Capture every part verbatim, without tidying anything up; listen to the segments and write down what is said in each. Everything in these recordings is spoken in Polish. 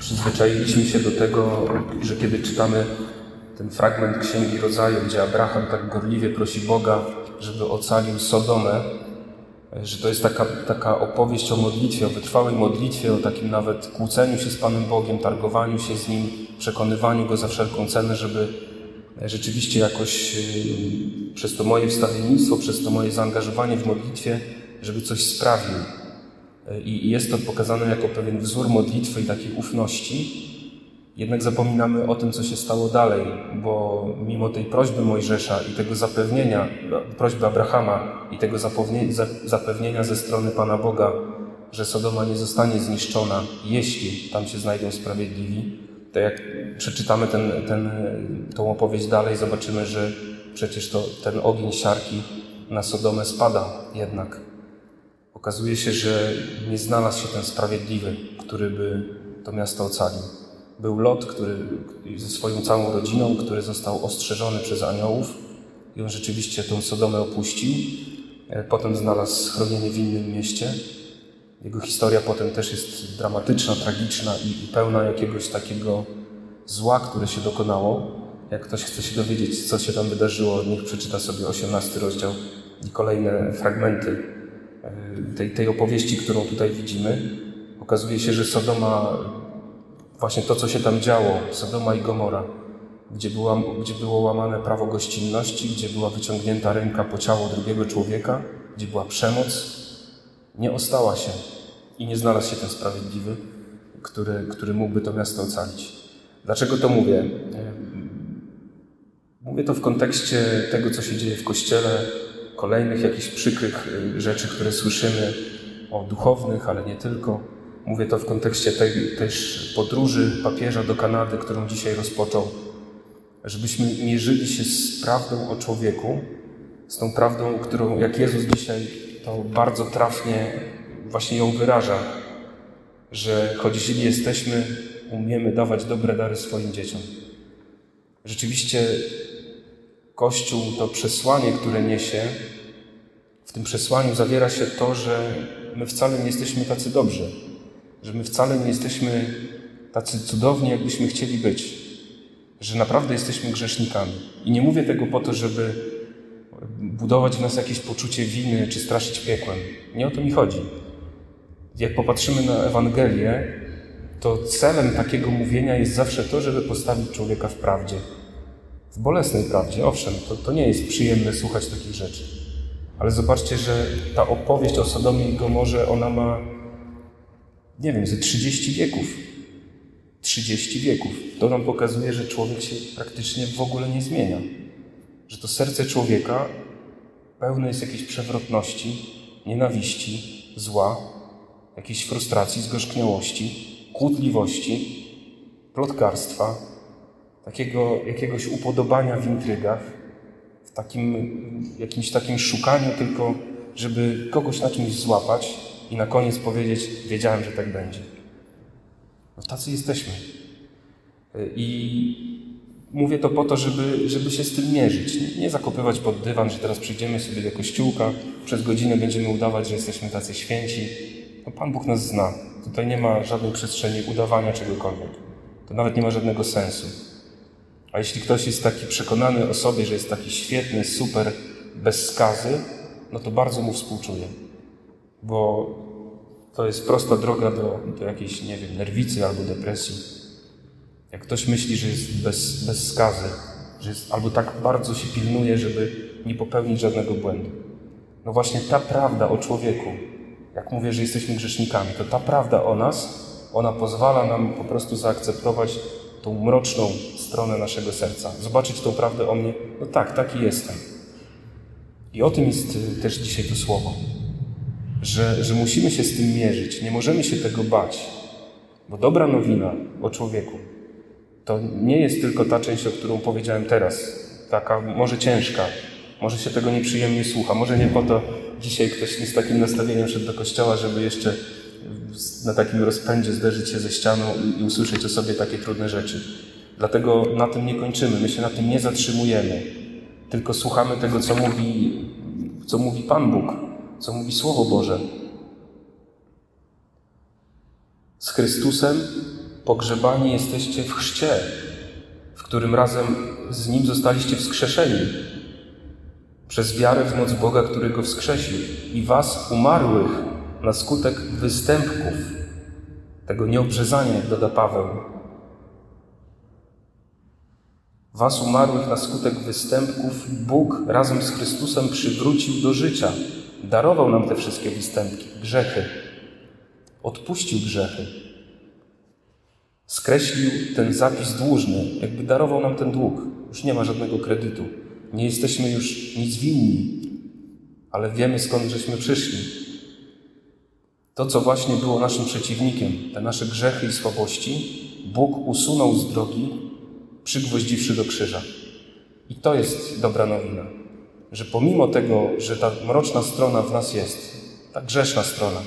Przyzwyczailiśmy się do tego, że kiedy czytamy ten fragment Księgi Rodzaju, gdzie Abraham tak gorliwie prosi Boga, żeby ocalił Sodomę, że to jest taka, taka opowieść o modlitwie, o wytrwałej modlitwie, o takim nawet kłóceniu się z Panem Bogiem, targowaniu się z Nim, przekonywaniu Go za wszelką cenę, żeby rzeczywiście jakoś przez to moje wstawiennictwo, przez to moje zaangażowanie w modlitwie, żeby coś sprawił. I jest to pokazane jako pewien wzór modlitwy i takiej ufności. Jednak zapominamy o tym, co się stało dalej, bo mimo tej prośby Mojżesza i tego zapewnienia, prośby Abrahama i tego zapewnienia ze strony Pana Boga, że Sodoma nie zostanie zniszczona, jeśli tam się znajdą sprawiedliwi, to jak przeczytamy ten, ten, tą opowieść dalej, zobaczymy, że przecież to, ten ogień siarki na Sodomę spada jednak. Okazuje się, że nie znalazł się ten sprawiedliwy, który by to miasto ocalił. Był Lot, który ze swoją całą rodziną, który został ostrzeżony przez aniołów i on rzeczywiście tą Sodomę opuścił. Potem znalazł schronienie w innym mieście. Jego historia potem też jest dramatyczna, tragiczna i, i pełna jakiegoś takiego zła, które się dokonało. Jak ktoś chce się dowiedzieć, co się tam wydarzyło, niech przeczyta sobie osiemnasty rozdział i kolejne fragmenty tej, tej opowieści, którą tutaj widzimy. Okazuje się, że Sodoma, właśnie to, co się tam działo, Sodoma i Gomora, gdzie, była, gdzie było łamane prawo gościnności, gdzie była wyciągnięta ręka po ciało drugiego człowieka, gdzie była przemoc, nie ostała się i nie znalazł się ten sprawiedliwy, który, który mógłby to miasto ocalić. Dlaczego to mówię? Mówię to w kontekście tego, co się dzieje w Kościele, kolejnych jakichś przykrych rzeczy, które słyszymy o duchownych, ale nie tylko. Mówię to w kontekście tej też podróży papieża do Kanady, którą dzisiaj rozpoczął, żebyśmy mierzyli się z prawdą o człowieku, z tą prawdą, którą jak Jezus dzisiaj to bardzo trafnie właśnie ją wyraża, że choć źli jesteśmy, umiemy dawać dobre dary swoim dzieciom. Rzeczywiście Kościół, to przesłanie, które niesie, w tym przesłaniu zawiera się to, że my wcale nie jesteśmy tacy dobrzy, że my wcale nie jesteśmy tacy cudowni, jakbyśmy chcieli być, że naprawdę jesteśmy grzesznikami. I nie mówię tego po to, żeby budować w nas jakieś poczucie winy czy straszyć piekłem. Nie o to mi chodzi. Jak popatrzymy na Ewangelię, to celem takiego mówienia jest zawsze to, żeby postawić człowieka w prawdzie. W bolesnej prawdzie, owszem, to, to nie jest przyjemne słuchać takich rzeczy. Ale zobaczcie, że ta opowieść o Sodomie i Gomorze, ona ma, nie wiem, ze trzydzieści wieków. trzydzieści wieków. To nam pokazuje, że człowiek się praktycznie w ogóle nie zmienia. Że to serce człowieka pełne jest jakiejś przewrotności, nienawiści, zła, jakiejś frustracji, zgorzkniałości, kłótliwości, plotkarstwa, takiego, jakiegoś upodobania w intrygach, w takim, jakimś takim szukaniu tylko, żeby kogoś na czymś złapać i na koniec powiedzieć, wiedziałem, że tak będzie. No tacy jesteśmy. I mówię to po to, żeby, żeby się z tym mierzyć. Nie, nie zakopywać pod dywan, że teraz przyjdziemy sobie do kościółka, przez godzinę będziemy udawać, że jesteśmy tacy święci. No Pan Bóg nas zna. Tutaj nie ma żadnej przestrzeni udawania czegokolwiek. To nawet nie ma żadnego sensu. A jeśli ktoś jest taki przekonany o sobie, że jest taki świetny, super, bez skazy, no to bardzo mu współczuję. Bo to jest prosta droga do, do jakiejś, nie wiem, nerwicy albo depresji. Jak ktoś myśli, że jest bez, bez skazy, że jest, albo tak bardzo się pilnuje, żeby nie popełnić żadnego błędu. No właśnie ta prawda o człowieku, jak mówię, że jesteśmy grzesznikami, to ta prawda o nas, ona pozwala nam po prostu zaakceptować tą mroczną stronę naszego serca. Zobaczyć tą prawdę o mnie, no tak, taki jestem. I o tym jest też dzisiaj to słowo. Że, że musimy się z tym mierzyć, nie możemy się tego bać. Bo dobra nowina o człowieku to nie jest tylko ta część, o którą powiedziałem teraz. Taka może ciężka, może się tego nieprzyjemnie słucha, może nie po to dzisiaj ktoś z takim nastawieniem szedł do kościoła, żeby jeszcze na takim rozpędzie zderzyć się ze ścianą i, i usłyszeć o sobie takie trudne rzeczy. Dlatego na tym nie kończymy, my się na tym nie zatrzymujemy, tylko słuchamy tego, co mówi, co mówi Pan Bóg, co mówi Słowo Boże. Z Chrystusem pogrzebani jesteście w chrzcie, w którym razem z Nim zostaliście wskrzeszeni przez wiarę w moc Boga, który Go wskrzesił. I was umarłych na skutek występków, tego nieobrzezania, jak doda Paweł. Was umarłych na skutek występków Bóg razem z Chrystusem przywrócił do życia. Darował nam te wszystkie występki, grzechy. Odpuścił grzechy. Skreślił ten zapis dłużny, jakby darował nam ten dług. Już nie ma żadnego kredytu. Nie jesteśmy już nic winni, ale wiemy, skąd żeśmy przyszli. To, co właśnie było naszym przeciwnikiem, te nasze grzechy i słabości, Bóg usunął z drogi, przygwoździwszy do krzyża. I to jest dobra nowina, że pomimo tego, że ta mroczna strona w nas jest, ta grzeszna strona,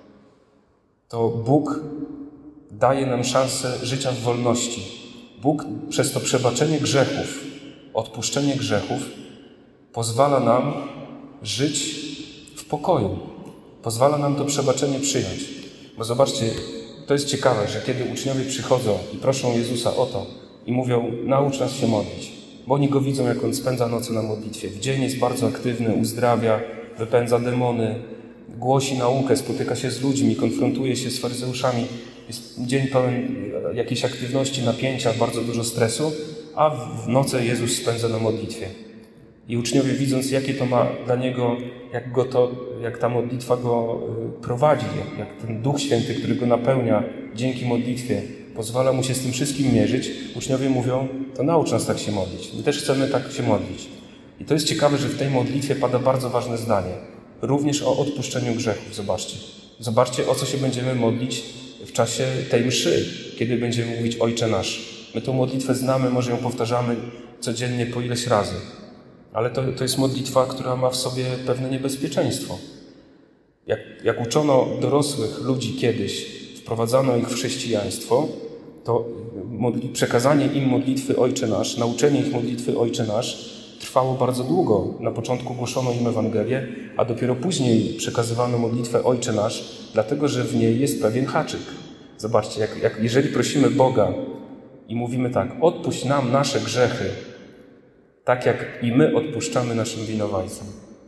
to Bóg daje nam szansę życia w wolności. Bóg przez to przebaczenie grzechów, odpuszczenie grzechów pozwala nam żyć w pokoju. Pozwala nam to przebaczenie przyjąć. Bo zobaczcie, to jest ciekawe, że kiedy uczniowie przychodzą i proszą Jezusa o to i mówią, naucz nas się modlić, bo oni Go widzą, jak On spędza noce na modlitwie. W dzień jest bardzo aktywny, uzdrawia, wypędza demony, głosi naukę, spotyka się z ludźmi, konfrontuje się z faryzeuszami. Jest dzień pełen jakiejś aktywności, napięcia, bardzo dużo stresu, a w nocy Jezus spędza na modlitwie. I uczniowie, widząc, jakie to ma dla Niego, jak, go to, jak ta modlitwa Go prowadzi, jak, jak ten Duch Święty, który Go napełnia dzięki modlitwie, pozwala Mu się z tym wszystkim mierzyć, uczniowie mówią, to naucz nas tak się modlić. My też chcemy tak się modlić. I to jest ciekawe, że w tej modlitwie pada bardzo ważne zdanie. Również o odpuszczeniu grzechów. Zobaczcie. Zobaczcie, o co się będziemy modlić w czasie tej mszy, kiedy będziemy mówić Ojcze Nasz. My tą modlitwę znamy, może ją powtarzamy codziennie po ileś razy. Ale to, to jest modlitwa, która ma w sobie pewne niebezpieczeństwo. Jak, jak uczono dorosłych ludzi kiedyś, wprowadzano ich w chrześcijaństwo, to modli, przekazanie im modlitwy Ojcze Nasz, nauczenie ich modlitwy Ojcze Nasz trwało bardzo długo. Na początku głoszono im Ewangelię, a dopiero później przekazywano modlitwę Ojcze Nasz, dlatego że w niej jest pewien haczyk. Zobaczcie, jak, jak jeżeli prosimy Boga i mówimy tak, odpuść nam nasze grzechy, tak jak i my odpuszczamy naszym winowajcom.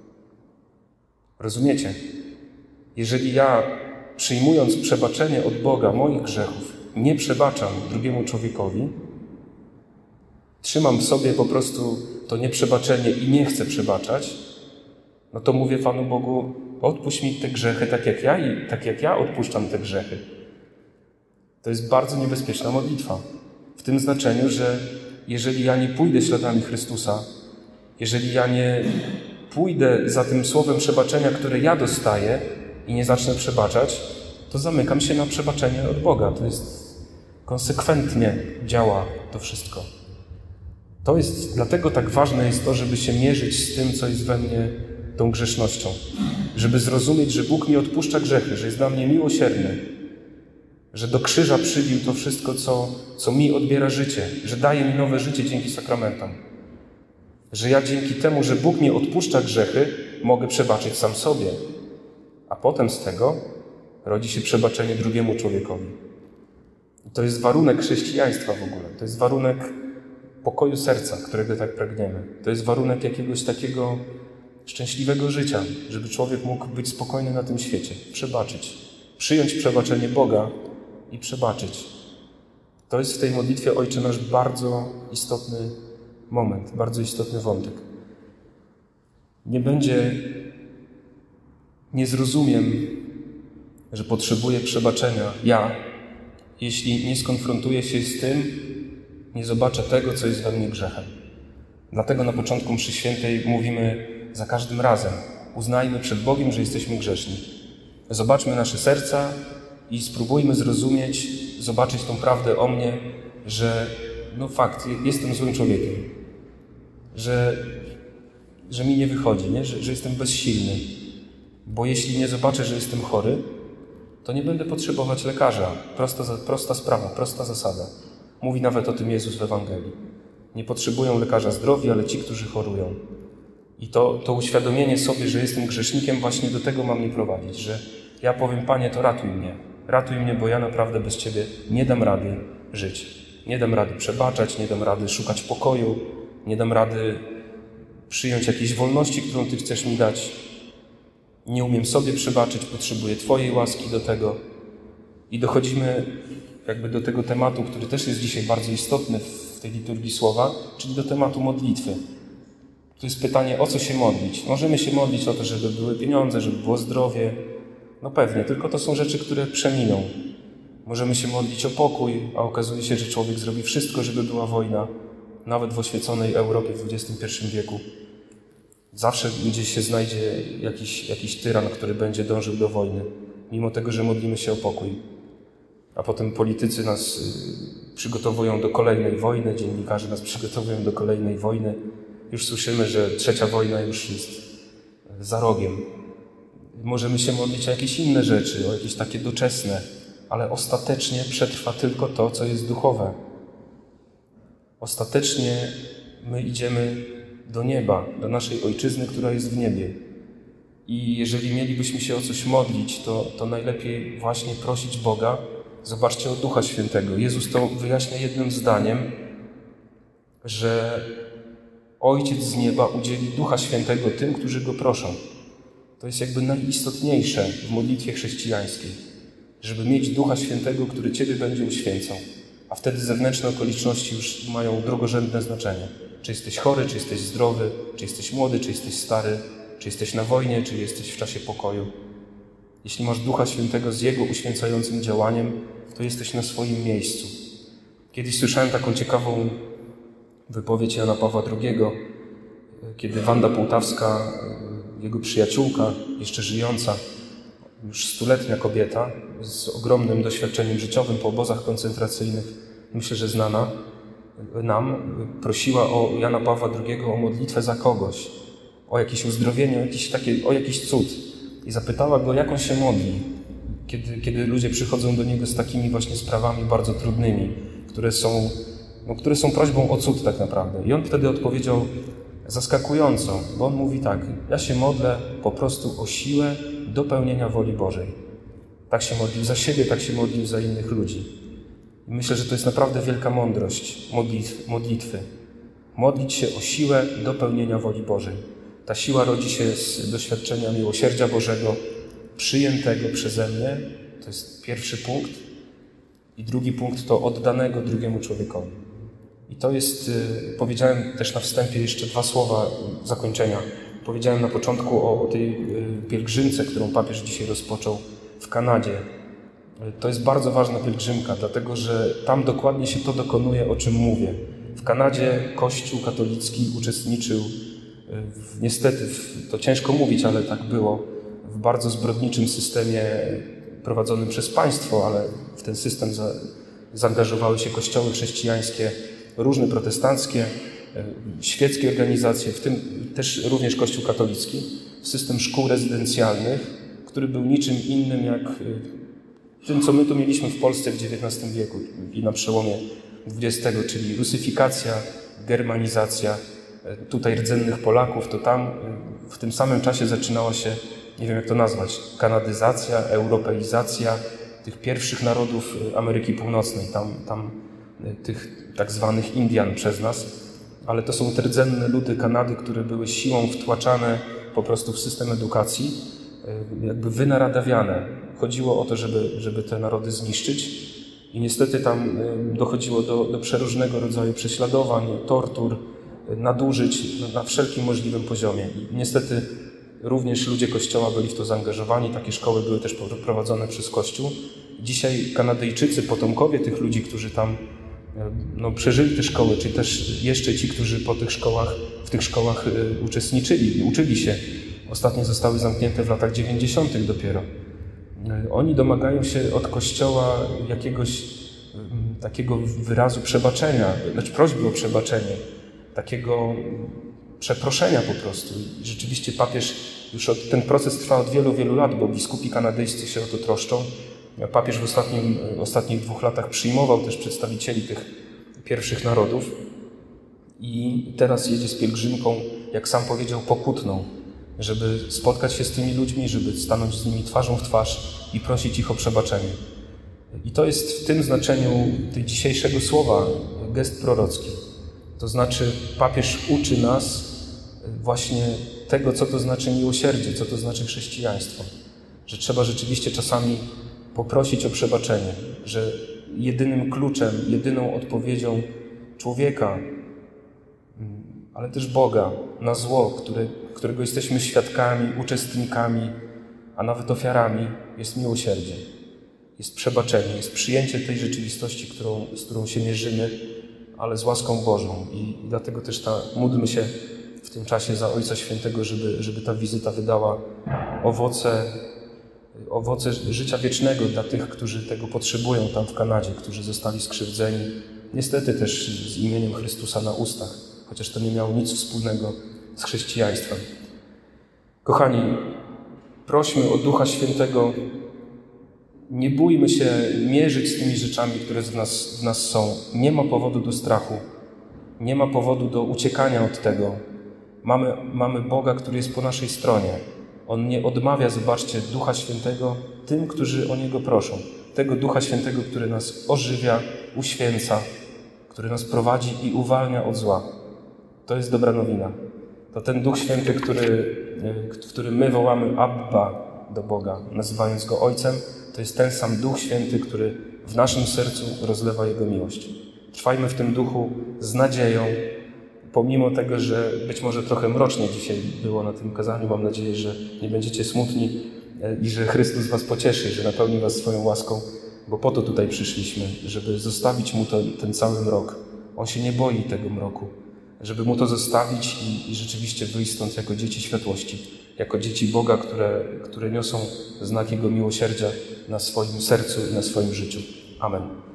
Rozumiecie? Jeżeli ja, przyjmując przebaczenie od Boga moich grzechów, nie przebaczam drugiemu człowiekowi, trzymam w sobie po prostu to nieprzebaczenie i nie chcę przebaczać, no to mówię Panu Bogu, odpuść mi te grzechy tak jak ja i tak jak ja odpuszczam te grzechy. To jest bardzo niebezpieczna modlitwa. W tym znaczeniu, że jeżeli ja nie pójdę śladami Chrystusa, jeżeli ja nie pójdę za tym słowem przebaczenia, które ja dostaję i nie zacznę przebaczać, to zamykam się na przebaczenie od Boga. To jest konsekwentnie działa to wszystko. To jest, dlatego tak ważne jest to, żeby się mierzyć z tym, co jest we mnie tą grzesznością. Żeby zrozumieć, że Bóg mi odpuszcza grzechy, że jest dla mnie miłosierny, że do krzyża przybił to wszystko, co, co mi odbiera życie, że daje mi nowe życie dzięki sakramentom. Że ja dzięki temu, że Bóg mi odpuszcza grzechy, mogę przebaczyć sam sobie. A potem z tego rodzi się przebaczenie drugiemu człowiekowi. I to jest warunek chrześcijaństwa w ogóle. To jest warunek pokoju serca, którego tak pragniemy. To jest warunek jakiegoś takiego szczęśliwego życia, żeby człowiek mógł być spokojny na tym świecie, przebaczyć, przyjąć przebaczenie Boga i przebaczyć. To jest w tej modlitwie Ojcze Nasz bardzo istotny moment, bardzo istotny wątek. Nie będzie, nie zrozumiem, że potrzebuję przebaczenia ja, jeśli nie skonfrontuję się z tym, nie zobaczę tego, co jest we mnie grzechem. Dlatego na początku mszy świętej mówimy za każdym razem, uznajmy przed Bogiem, że jesteśmy grzeszni. Zobaczmy nasze serca i spróbujmy zrozumieć, zobaczyć tą prawdę o mnie, że no fakt, jestem złym człowiekiem, że, że mi nie wychodzi, nie? Że, że jestem bezsilny. Bo jeśli nie zobaczę, że jestem chory, to nie będę potrzebować lekarza. Prosta, prosta sprawa, prosta zasada. Mówi nawet o tym Jezus w Ewangelii. Nie potrzebują lekarza zdrowi, ale ci, którzy chorują. I to, to uświadomienie sobie, że jestem grzesznikiem, właśnie do tego ma mnie prowadzić, że ja powiem, Panie, to ratuj mnie. Ratuj mnie, bo ja naprawdę bez Ciebie nie dam rady żyć. Nie dam rady przebaczać, nie dam rady szukać pokoju, nie dam rady przyjąć jakiejś wolności, którą Ty chcesz mi dać. Nie umiem sobie przebaczyć, potrzebuję Twojej łaski do tego. I dochodzimy jakby do tego tematu, który też jest dzisiaj bardzo istotny w tej liturgii słowa, czyli do tematu modlitwy. To jest pytanie, o co się modlić. Możemy się modlić o to, żeby były pieniądze, żeby było zdrowie. No pewnie, tylko to są rzeczy, które przeminą. Możemy się modlić o pokój, a okazuje się, że człowiek zrobi wszystko, żeby była wojna, nawet w oświeconej Europie w dwudziestym pierwszym wieku. Zawsze gdzieś się znajdzie jakiś, jakiś tyran, który będzie dążył do wojny, mimo tego, że modlimy się o pokój. A potem politycy nas przygotowują do kolejnej wojny, dziennikarze nas przygotowują do kolejnej wojny. Już słyszymy, że trzecia wojna już jest za rogiem. Możemy się modlić o jakieś inne rzeczy, o jakieś takie doczesne, ale ostatecznie przetrwa tylko to, co jest duchowe. Ostatecznie my idziemy do nieba, do naszej Ojczyzny, która jest w niebie. I jeżeli mielibyśmy się o coś modlić, to, to najlepiej właśnie prosić Boga. Zobaczcie o Ducha Świętego. Jezus to wyjaśnia jednym zdaniem, że Ojciec z nieba udzieli Ducha Świętego tym, którzy Go proszą. To jest jakby najistotniejsze w modlitwie chrześcijańskiej, żeby mieć Ducha Świętego, który Ciebie będzie uświęcał. A wtedy zewnętrzne okoliczności już mają drugorzędne znaczenie. Czy jesteś chory, czy jesteś zdrowy, czy jesteś młody, czy jesteś stary, czy jesteś na wojnie, czy jesteś w czasie pokoju. Jeśli masz Ducha Świętego z Jego uświęcającym działaniem, to jesteś na swoim miejscu. Kiedyś słyszałem taką ciekawą wypowiedź Jana Pawła drugiego, kiedy Wanda Połtawska, jego przyjaciółka, jeszcze żyjąca, już stuletnia kobieta z ogromnym doświadczeniem życiowym po obozach koncentracyjnych, myślę, że znana nam, prosiła o Jana Pawła drugiego o modlitwę za kogoś, o jakieś uzdrowienie, o jakiś, taki, o jakiś cud. I zapytała go, jak on się modli, kiedy, kiedy ludzie przychodzą do niego z takimi właśnie sprawami bardzo trudnymi, które są, no, które są prośbą o cud tak naprawdę. I on wtedy odpowiedział zaskakująco, bo on mówi tak, ja się modlę po prostu o siłę do pełnienia woli Bożej. Tak się modlił za siebie, tak się modlił za innych ludzi. I myślę, że to jest naprawdę wielka mądrość modlitw, modlitwy. Modlić się o siłę do pełnienia woli Bożej. Ta siła rodzi się z doświadczenia miłosierdzia Bożego, przyjętego przeze mnie. To jest pierwszy punkt. I drugi punkt to oddanego drugiemu człowiekowi. I to jest, powiedziałem też na wstępie jeszcze dwa słowa zakończenia. Powiedziałem na początku o tej pielgrzymce, którą papież dzisiaj rozpoczął w Kanadzie. To jest bardzo ważna pielgrzymka, dlatego że tam dokładnie się to dokonuje, o czym mówię. W Kanadzie Kościół katolicki uczestniczył, w, niestety, w, to ciężko mówić, ale tak było, w bardzo zbrodniczym systemie prowadzonym przez państwo, ale w ten system za, zaangażowały się kościoły chrześcijańskie, różne protestanckie, świeckie organizacje, w tym też również Kościół katolicki, w system szkół rezydencjalnych, który był niczym innym jak tym, co my tu mieliśmy w Polsce w dziewiętnastym wieku i na przełomie dwudziestego, czyli rusyfikacja, germanizacja tutaj rdzennych Polaków, to tam w tym samym czasie zaczynała się, nie wiem jak to nazwać, kanadyzacja, europeizacja tych pierwszych narodów Ameryki Północnej, tam, tam tych tak zwanych Indian przez nas, ale to są te rdzenne ludy Kanady, które były siłą wtłaczane po prostu w system edukacji, jakby wynaradawiane. Chodziło o to, żeby, żeby te narody zniszczyć i niestety tam dochodziło do, do przeróżnego rodzaju prześladowań, tortur, nadużyć na wszelkim możliwym poziomie. I niestety również ludzie Kościoła byli w to zaangażowani, takie szkoły były też prowadzone przez Kościół. Dzisiaj Kanadyjczycy, potomkowie tych ludzi, którzy tam no, przeżyli te szkoły, czy też jeszcze ci, którzy po tych szkołach, w tych szkołach y, uczestniczyli i uczyli się, ostatnio zostały zamknięte w latach dziewięćdziesiątych dopiero. Y, oni domagają się od Kościoła jakiegoś y, takiego wyrazu przebaczenia, lecz prośby o przebaczenie, takiego przeproszenia po prostu. I rzeczywiście papież, już od, ten proces trwa od wielu, wielu lat, bo biskupi kanadyjscy się o to troszczą. Papież w ostatnim, ostatnich dwóch latach przyjmował też przedstawicieli tych pierwszych narodów i teraz jedzie z pielgrzymką, jak sam powiedział, pokutną, żeby spotkać się z tymi ludźmi, żeby stanąć z nimi twarzą w twarz i prosić ich o przebaczenie. I to jest w tym znaczeniu tej dzisiejszego słowa gest prorocki. To znaczy papież uczy nas właśnie tego, co to znaczy miłosierdzie, co to znaczy chrześcijaństwo. Że trzeba rzeczywiście czasami poprosić o przebaczenie, że jedynym kluczem, jedyną odpowiedzią człowieka, ale też Boga na zło, które, którego jesteśmy świadkami, uczestnikami, a nawet ofiarami, jest miłosierdzie. Jest przebaczenie, jest przyjęcie tej rzeczywistości, którą, z którą się mierzymy, ale z łaską Bożą. I, i dlatego też ta, módlmy się w tym czasie za Ojca Świętego, żeby, żeby ta wizyta wydała owoce, owoce życia wiecznego dla tych, którzy tego potrzebują tam w Kanadzie, którzy zostali skrzywdzeni. Niestety też z imieniem Chrystusa na ustach, chociaż to nie miało nic wspólnego z chrześcijaństwem. Kochani, prośmy o Ducha Świętego. Nie bójmy się mierzyć z tymi rzeczami, które w nas, w nas są. Nie ma powodu do strachu. Nie ma powodu do uciekania od tego. Mamy, mamy Boga, który jest po naszej stronie. On nie odmawia, zobaczcie, Ducha Świętego tym, którzy o Niego proszą. Tego Ducha Świętego, który nas ożywia, uświęca, który nas prowadzi i uwalnia od zła. To jest dobra nowina. To ten Duch Święty, który, w którym my wołamy Abba do Boga, nazywając Go Ojcem, to jest ten sam Duch Święty, który w naszym sercu rozlewa Jego miłość. Trwajmy w tym duchu z nadzieją, pomimo tego, że być może trochę mrocznie dzisiaj było na tym kazaniu. Mam nadzieję, że nie będziecie smutni i że Chrystus was pocieszy, że napełni was swoją łaską, bo po to tutaj przyszliśmy, żeby zostawić Mu to, ten cały mrok. On się nie boi tego mroku, żeby Mu to zostawić i, i rzeczywiście wyjść stąd jako dzieci światłości, jako dzieci Boga, które, które niosą znak Jego miłosierdzia na swoim sercu i na swoim życiu. Amen.